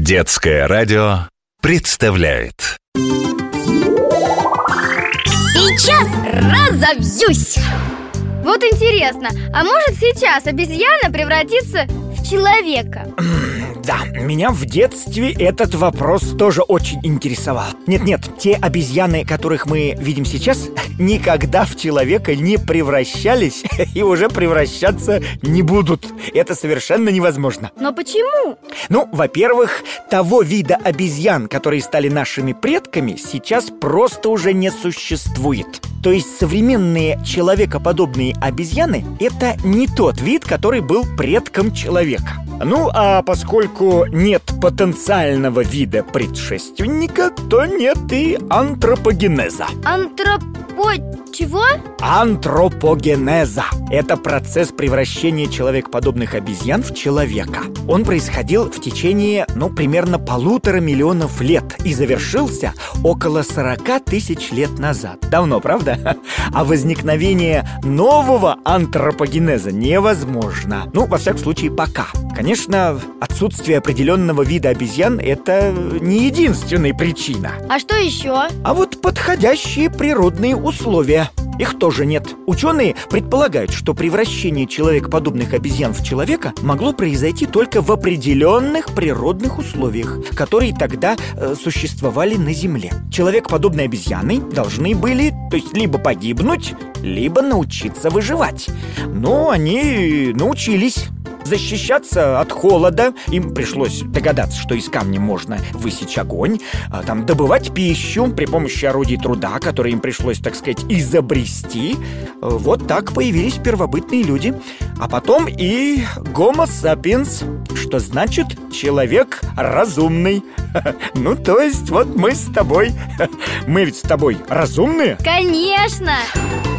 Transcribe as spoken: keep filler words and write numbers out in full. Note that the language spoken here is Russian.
Детское радио представляет. Сейчас разобьюсь! Вот интересно, а может сейчас обезьяна превратиться в человека? Да, меня в детстве этот вопрос тоже очень интересовал. Нет-нет, те обезьяны, которых мы видим сейчас, никогда в человека не превращались и уже превращаться не будут. Это совершенно невозможно. Но почему? Ну, во-первых, того вида обезьян, которые стали нашими предками, сейчас просто уже не существует. То есть современные человекоподобные обезьяны – это не тот вид, который был предком человека. Ну, а поскольку нет потенциального вида предшественника, то нет и антропогенеза. Антропо... чего? Антропогенеза – это процесс превращения человекоподобных обезьян в человека. Он происходил в течение, ну, примерно полутора миллионов лет и завершился около сорока тысяч лет назад. Давно, правда? А возникновение нового антропогенеза невозможно. Ну, во всяком случае, пока. Конечно, отсутствие определенного вида обезьян – это не единственная причина. А что еще? А вот подходящие природные условия. Их тоже нет. Ученые предполагают, что превращение человекоподобных обезьян в человека могло произойти только в определенных природных условиях, которые тогда э, существовали на Земле. Человекоподобные обезьяны должны были, то есть, либо погибнуть, либо научиться выживать. Но они научились защищаться от холода. Им пришлось догадаться, что из камня можно высечь огонь, а там добывать пищу при помощи орудий труда, которые им пришлось, так сказать, изобрести. Вот так появились первобытные люди. А потом и Homo sapiens, что значит человек разумный. Ну, то есть вот мы с тобой. Мы ведь с тобой разумные? Конечно!